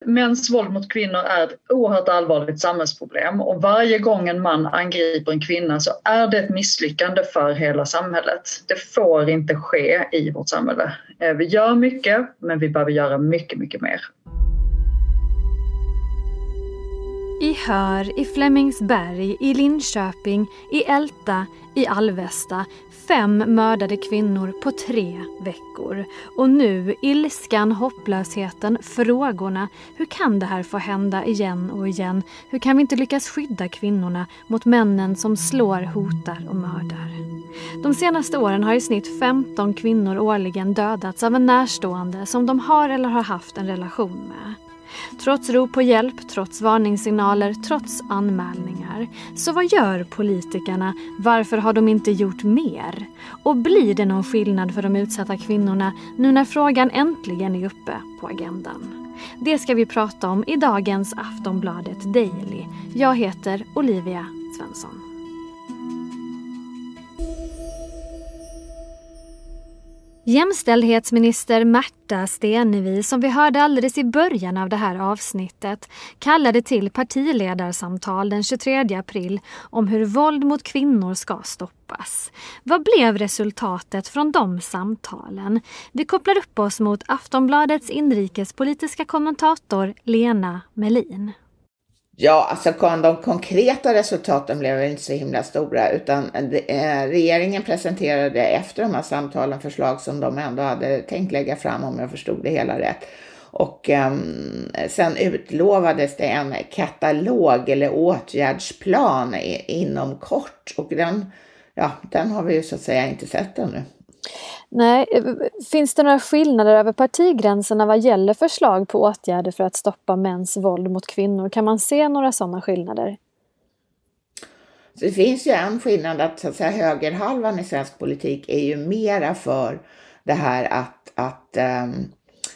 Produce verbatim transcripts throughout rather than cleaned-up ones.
mäns våld mot kvinnor är ett oerhört allvarligt samhällsproblem och varje gång en man angriper en kvinna så är det ett misslyckande för hela samhället. Det får inte ske i vårt samhälle. Vi gör mycket, men vi behöver göra mycket, mycket mer. I Hör, i Flemingsberg, i Linköping, i Älta, i Alvesta. Fem mördade kvinnor på tre veckor. Och nu ilskan, hopplösheten, frågorna. Hur kan det här få hända igen och igen? Hur kan vi inte lyckas skydda kvinnorna mot männen som slår, hotar och mördar? De senaste åren har i snitt femton kvinnor årligen dödats av en närstående som de har eller har haft en relation med. Trots rop på hjälp, trots varningssignaler, trots anmälningar. Så vad gör politikerna? Varför har de inte gjort mer? Och blir det någon skillnad för de utsatta kvinnorna nu när frågan äntligen är uppe på agendan? Det ska vi prata om i dagens Aftonbladet Daily. Jag heter Olivia Svensson. Jämställdhetsminister Märta Stenevi, som vi hörde alldeles i början av det här avsnittet, kallade till partiledarsamtal den tjugotredje april om hur våld mot kvinnor ska stoppas. Vad blev resultatet från de samtalen? Vi kopplar upp oss mot Aftonbladets inrikespolitiska kommentator Lena Melin. Ja, alltså de konkreta resultaten blev inte så himla stora, utan regeringen presenterade efter de här samtalen förslag som de ändå hade tänkt lägga fram, om jag förstod det hela rätt. Och um, sen utlovades det en katalog eller åtgärdsplan inom kort, och den, ja, den har vi ju så att säga inte sett ännu. Nej, finns det några skillnader över partigränserna vad gäller förslag på åtgärder för att stoppa mäns våld mot kvinnor? Kan man se några sådana skillnader? Så det finns ju en skillnad att, så att säga, högerhalvan i svensk politik är ju mera för det här att, att um,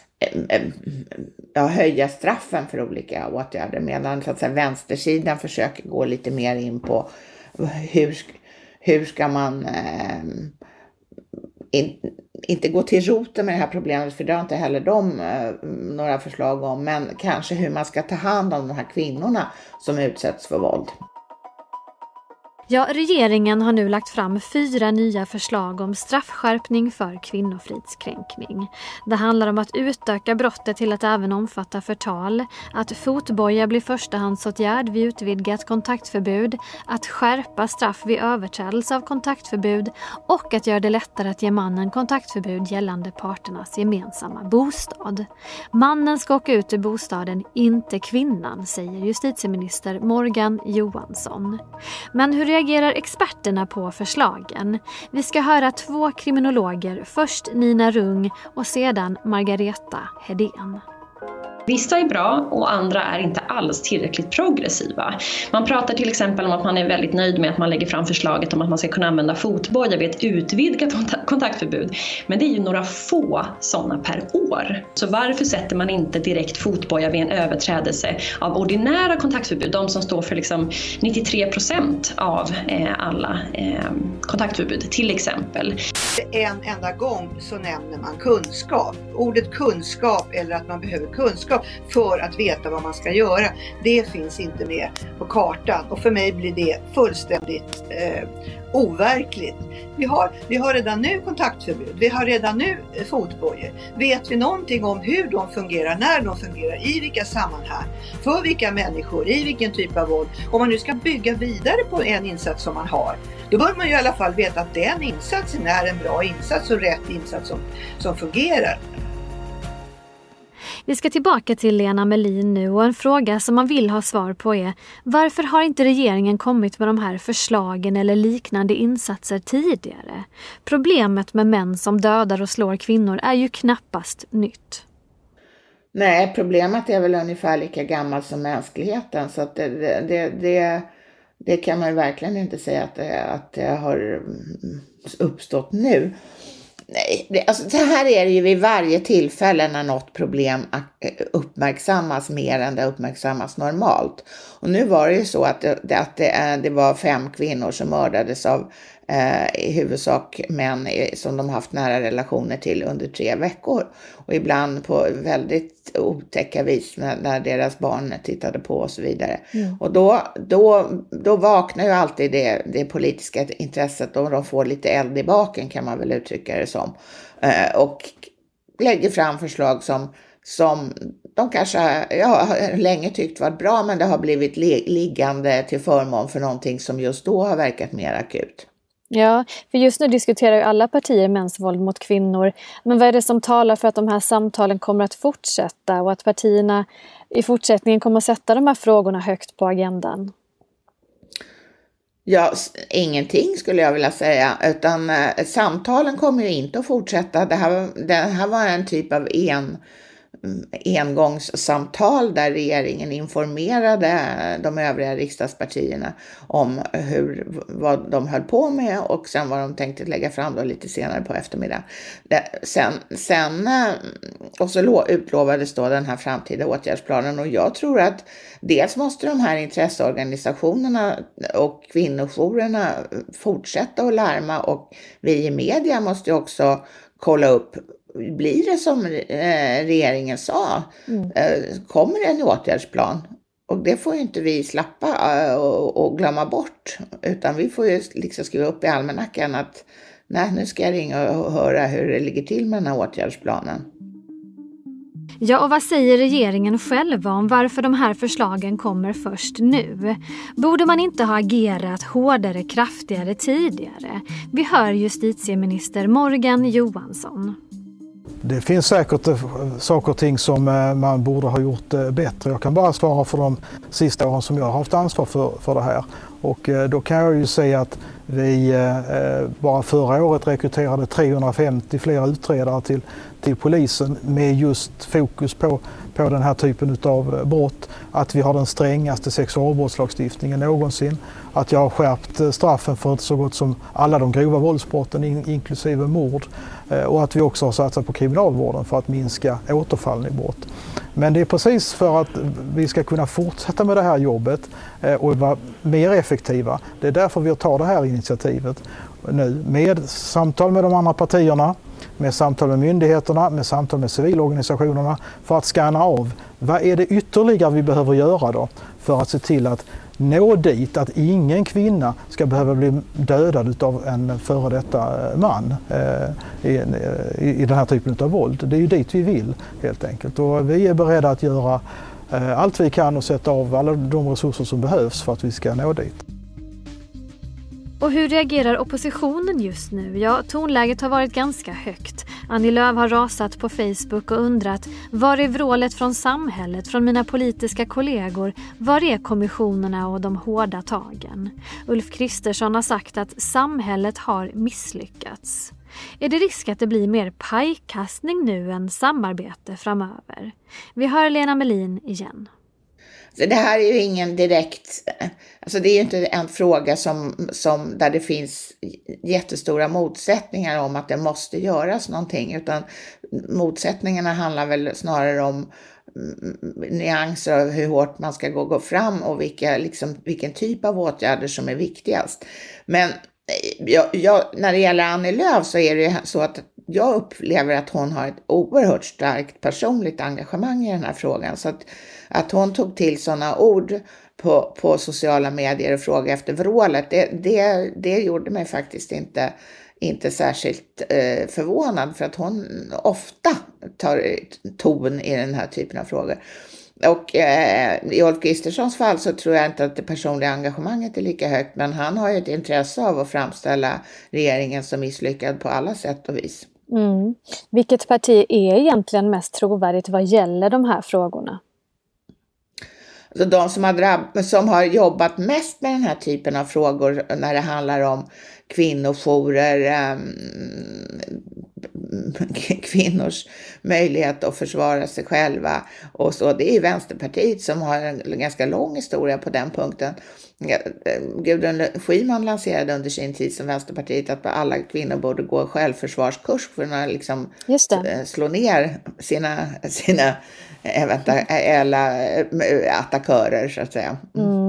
ja, höja straffen för olika åtgärder, medan så att säga, vänstersidan försöker gå lite mer in på hur, hur ska man... Um, In, inte gå till roten med det här problemet, för det har inte heller de eh, några förslag om, men kanske hur man ska ta hand om de här kvinnorna som utsätts för våld. Ja, regeringen har nu lagt fram fyra nya förslag om straffskärpning för kvinnofridskränkning. Det handlar om att utöka brottet till att även omfatta förtal, att fotboja blir förstahandsåtgärd vid utvidgat kontaktförbud, att skärpa straff vid överträdelse av kontaktförbud och att göra det lättare att ge mannen kontaktförbud gällande parternas gemensamma bostad. Mannen ska åka ut ur bostaden, inte kvinnan, säger justitieminister Morgan Johansson. Men hur reagerar experterna på förslagen? Vi ska höra två kriminologer, först Nina Rung och sedan Margareta Hedén. Vissa är bra och andra är inte alls tillräckligt progressiva. Man pratar till exempel om att man är väldigt nöjd med att man lägger fram förslaget om att man ska kunna använda fotboja vid ett utvidgat kontaktförbud. Men det är ju några få sådana per år. Så varför sätter man inte direkt fotboja vid en överträdelse av ordinära kontaktförbud? De som står för liksom nittiotre procent av eh, alla eh, kontaktförbud till exempel. En enda gång så nämner man kunskap. Ordet kunskap eller att man behöver kunskap för att veta vad man ska göra, det finns inte med på kartan, och för mig blir det fullständigt eh, overkligt. Vi har, vi har redan nu kontaktförbud, vi har redan nu fotbojor. Vet vi någonting om hur de fungerar, när de fungerar, i vilka sammanhang, för vilka människor, i vilken typ av våld? Om man nu ska bygga vidare på en insats som man har, då bör man ju i alla fall veta att den insatsen är en bra insats och rätt insats som, som fungerar. Vi ska tillbaka till Lena Melin nu, och en fråga som man vill ha svar på är: varför har inte regeringen kommit med de här förslagen eller liknande insatser tidigare? Problemet med män som dödar och slår kvinnor är ju knappast nytt. Nej, problemet är väl ungefär lika gammalt som mänskligheten, så att det, det, det, det kan man ju verkligen inte säga att det, att det har uppstått nu. Nej, det, alltså, så här är det ju vid varje tillfälle när något problem uppmärksammas mer än det uppmärksammas normalt. Och nu var det ju så att det, att det, det var fem kvinnor som mördades av eh, i huvudsak män som de haft nära relationer till under tre veckor. Och ibland på väldigt otäcka vis när, när deras barn tittade på och så vidare. Mm. Och då, då, då vaknar ju alltid det, det politiska intresset och de får lite eld i baken, kan man väl uttrycka det som. Eh, och lägger fram förslag som, som de kanske ja, länge tyckt var bra, men det har blivit liggande till förmån för någonting som just då har verkat mer akut. Ja, för just nu diskuterar ju alla partier mäns våld mot kvinnor. Men vad är det som talar för att de här samtalen kommer att fortsätta och att partierna i fortsättningen kommer att sätta de här frågorna högt på agendan? Ja, ingenting skulle jag vilja säga, utan eh, samtalen kommer ju inte att fortsätta. Det här, det här var en typ av en engångssamtal där regeringen informerade de övriga riksdagspartierna om hur, vad de höll på med och sen vad de tänkte lägga fram då lite senare på eftermiddagen. Sen, sen och så utlovades då den här framtida åtgärdsplanen, och jag tror att dels måste de här intresseorganisationerna och kvinnojourerna fortsätta att larma, och vi i media måste också kolla upp. Blir det som eh, regeringen sa? Mm. Eh, kommer det en åtgärdsplan? Och det får ju inte vi slappa eh, och, och glömma bort. Utan vi får ju liksom skriva upp i almanackan att nej, nu ska jag ringa och höra hur det ligger till med den här åtgärdsplanen. Ja, och vad säger regeringen själva om varför de här förslagen kommer först nu? Borde man inte ha agerat hårdare, kraftigare tidigare? Vi hör justitieminister Morgan Johansson. Det finns säkert saker och ting som man borde ha gjort bättre. Jag kan bara svara för de sista åren som jag har haft ansvar för, för det här. Och då kan jag ju säga att vi bara förra året rekryterade trehundrafemtio fler utredare till, till polisen med just fokus på, på den här typen av brott. Att vi har den strängaste sexualbrottslagstiftningen någonsin. Att jag har skärpt straffen för så gott som alla de grova våldsbrotten inklusive mord. Och att vi också har satsat på kriminalvården för att minska återfallen i brott. Men det är precis för att vi ska kunna fortsätta med det här jobbet och vara mer effektiva. Det är därför vi tar det här initiativet nu med samtal med de andra partierna, med samtal med myndigheterna, med samtal med civilorganisationerna för att scanna av vad är det ytterligare vi behöver göra då för att se till att nå dit att ingen kvinna ska behöva bli dödad av en före detta man eh, i, i, i den här typen av våld. Det är ju dit vi vill helt enkelt, och vi är beredda att göra eh, allt vi kan och sätta av alla de resurser som behövs för att vi ska nå dit. Och hur reagerar oppositionen just nu? Ja, tonläget har varit ganska högt. Annie Lööf har rasat på Facebook och undrat: var är vrålet från samhället, från mina politiska kollegor? Var är kommissionerna och de hårda tagen? Ulf Kristersson har sagt att samhället har misslyckats. Är det risk att det blir mer pajkastning nu än samarbete framöver? Vi hör Lena Melin igen. Så det här är ju ingen direkt, alltså det är ju inte en fråga som, som där det finns jättestora motsättningar om att det måste göras någonting, utan motsättningarna handlar väl snarare om nyanser av hur hårt man ska gå, gå fram och vilka, liksom, vilken typ av åtgärder som är viktigast. Men jag, jag, när det gäller Annie Lööf så är det så att jag upplever att hon har ett oerhört starkt personligt engagemang i den här frågan. Så att, att hon tog till sådana ord på, på sociala medier och frågade efter vrålet, det, det, det gjorde mig faktiskt inte, inte särskilt eh, förvånad, för att hon ofta tar ton i den här typen av frågor. Och eh, i Ulf Kristerssons fall så tror jag inte att det personliga engagemanget är lika högt, men han har ju ett intresse av att framställa regeringen som misslyckad på alla sätt och vis. Mm. Vilket parti är egentligen mest trovärdigt vad gäller de här frågorna? Alltså de som har, drabb- som har jobbat mest med den här typen av frågor när det handlar om kvinnojourer, um, kvinnors möjlighet att försvara sig själva och så, det är Vänsterpartiet som har en ganska lång historia på den punkten. Gudrun Schyman lanserade under sin tid som Vänsterpartiet att alla kvinnor borde gå självförsvarskurs för att liksom slå ner sina, sina eventuella attackörer så att säga. Mm.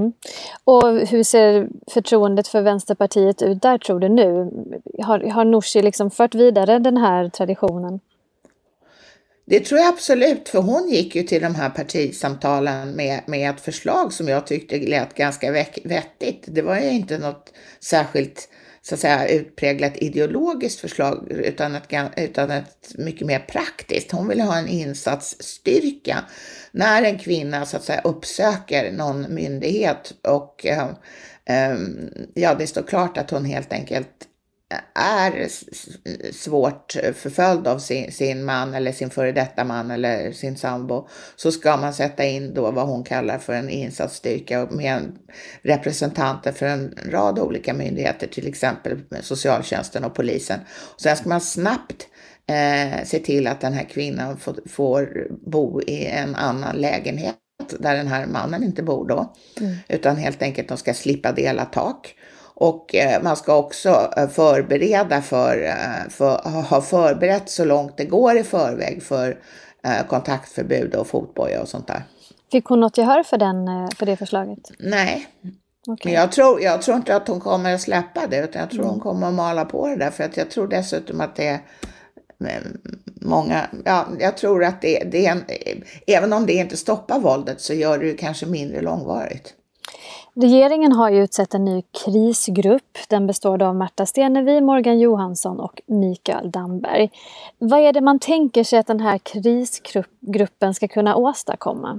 Mm. Och hur ser förtroendet för Vänsterpartiet ut där, tror du nu? Har, har Nooshi liksom fört vidare den här traditionen? Det tror jag absolut, för hon gick ju till de här partisamtalen med, med ett förslag som jag tyckte lät ganska vettigt. Det var ju inte något särskilt, så att säga, utpräglat ideologiskt förslag, utan ett, utan ett mycket mer praktiskt. Hon ville ha en insatsstyrka när en kvinna, så att säga, uppsöker någon myndighet och äh, äh, ja, det står klart att hon helt enkelt är svårt förföljd av sin, sin man eller sin före detta man eller sin sambo, så ska man sätta in då vad hon kallar för en insatsstyrka med representanter för en rad olika myndigheter, till exempel socialtjänsten och polisen. Och sen ska man snabbt eh, se till att den här kvinnan får, får bo i en annan lägenhet där den här mannen inte bor då, mm. utan helt enkelt de ska slippa dela tak. Och man ska också förbereda för, för, ha förberett så långt det går i förväg för kontaktförbud och fotboja och sånt där. Fick hon något gehör för, den, för det förslaget? Nej, okay. jag, tror, jag tror inte att hon kommer att släppa det, utan jag tror mm. hon kommer att mala på det där. För att jag tror dessutom att det är många, ja, jag tror att det, det är en, även om det inte stoppar våldet så gör det ju kanske mindre långvarigt. Regeringen har ju utsett en ny krisgrupp. Den består av Märta Stenevi, Morgan Johansson och Mikael Damberg. Vad är det man tänker sig att den här krisgruppen ska kunna åstadkomma?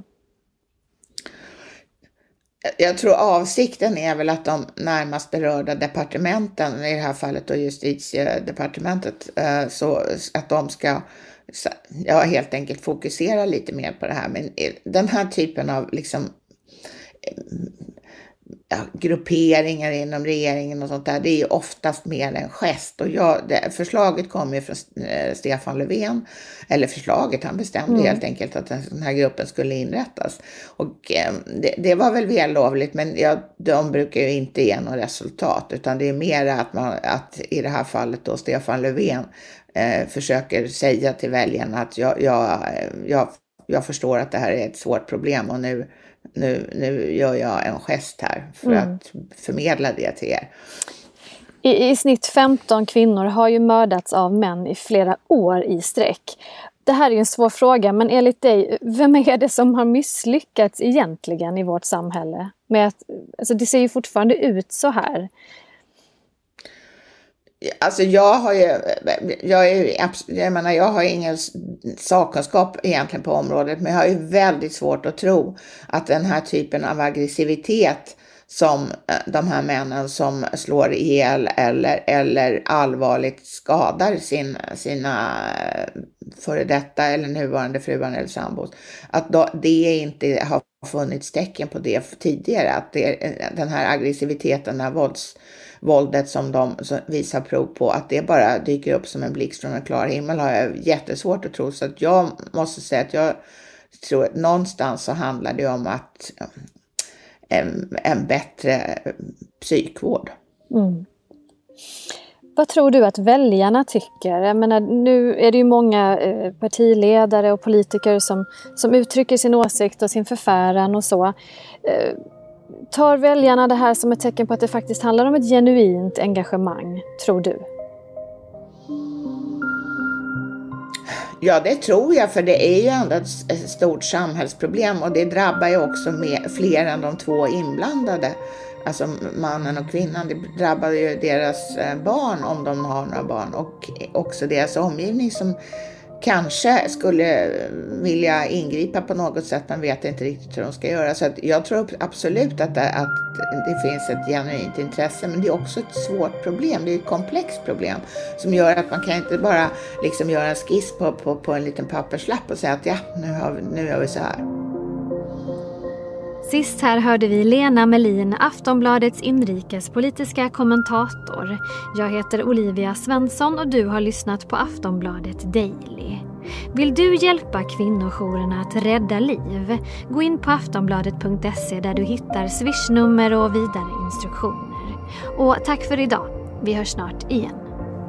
Jag tror avsikten är väl att de närmast berörda departementen, i det här fallet då justitiedepartementet, så att de ska ja, helt enkelt fokusera lite mer på det här. Men den här typen av liksom ja, grupperingar inom regeringen och sånt där, det är ju oftast mer en gest. Och jag, det, förslaget kom ju från eh, Stefan Löfven, eller förslaget, han bestämde mm. helt enkelt att den här gruppen skulle inrättas. Och eh, det, det var väl vällovligt, men ja, de brukar ju inte ge något resultat, utan det är mer att, man, att i det här fallet då Stefan Löfven eh, försöker säga till väljarna att jag, jag, jag, jag förstår att det här är ett svårt problem och nu Nu, nu gör jag en gest här för mm. att förmedla det till er. I, I snitt femton kvinnor har ju mördats av män i flera år i sträck. Det här är ju en svår fråga, men enligt dig, vem är det som har misslyckats egentligen i vårt samhälle? Med att, alltså det ser ju fortfarande ut så här. Alltså jag har ju, jag, är, jag menar jag har ingen sakkunskap egentligen på området, men jag har ju väldigt svårt att tro att den här typen av aggressivitet som de här männen som slår ihjäl eller, eller allvarligt skadar sin, sina före detta eller nuvarande fruar eller sambos, att då, det inte har funnits tecken på det tidigare, att det, den här aggressiviteten, den här vålds våldet som de visar prov på, att det bara dyker upp som en blixt från en klar himmel, har jag jättesvårt att tro. Så att jag måste säga att jag tror att någonstans så handlar det om att en, en bättre psykvård. Mm. Vad tror du att väljarna tycker? Jag menar, nu är det ju många partiledare och politiker som, som uttrycker sin åsikt och sin förfäran och så. Tar väljarna det här som ett tecken på att det faktiskt handlar om ett genuint engagemang, tror du? Ja, det tror jag, för det är ju ändå ett stort samhällsproblem och det drabbar ju också med fler än de två inblandade. Alltså mannen och kvinnan, det drabbar ju deras barn om de har några barn, och också deras omgivning som kanske skulle vilja ingripa på något sätt, men vet inte riktigt hur de ska göra. Så att jag tror absolut att det, att det finns ett genuint intresse, men det är också ett svårt problem. Det är ett komplext problem som gör att man kan inte bara liksom göra en skiss på, på, på en liten papperslapp och säga att ja, nu, har vi, nu gör vi så här. Sist här hörde vi Lena Melin, Aftonbladets inrikespolitiska kommentator. Jag heter Olivia Svensson och du har lyssnat på Aftonbladet Daily. Vill du hjälpa kvinnojourerna att rädda liv? Gå in på aftonbladet punkt se där du hittar swishnummer och vidare instruktioner. Och tack för idag. Vi hörs snart igen.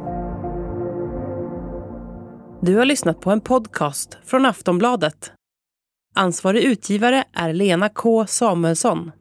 Du har lyssnat på en podcast från Aftonbladet. Ansvarig utgivare är Lena K. Samuelsson.